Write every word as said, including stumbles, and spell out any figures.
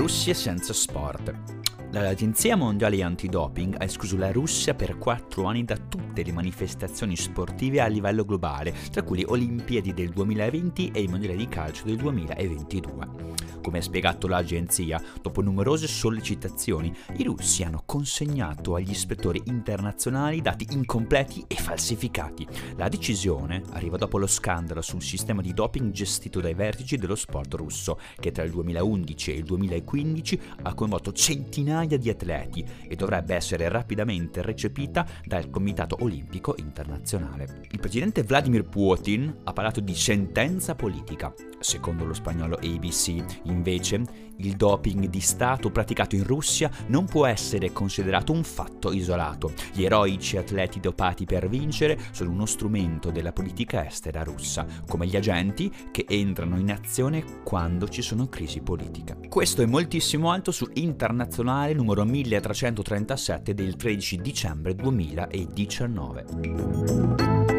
Russia senza sport. L'Agenzia Mondiale Antidoping ha escluso la Russia per quattro anni da tutte le manifestazioni sportive a livello globale, tra cui le Olimpiadi del duemilaventi e i Mondiali di calcio del duemilaventidue. Come ha spiegato l'agenzia, dopo numerose sollecitazioni, i russi hanno consegnato agli ispettori internazionali dati incompleti e falsificati. La decisione arriva dopo lo scandalo sul sistema di doping gestito dai vertici dello sport russo, che tra il duemilaundici e il duemilaquindici ha coinvolto centinaia di atleti e dovrebbe essere rapidamente recepita dal Comitato Olimpico Internazionale. Il presidente Vladimir Putin ha parlato di sentenza politica. Secondo lo spagnolo A B C, invece, il doping di Stato praticato in Russia non può essere considerato un fatto isolato. Gli eroici atleti dopati per vincere sono uno strumento della politica estera russa, come gli agenti che entrano in azione quando ci sono crisi politiche. Questo è moltissimo altro su Internazionale numero milletrecentotrentasette del tredici dicembre duemiladiciannove.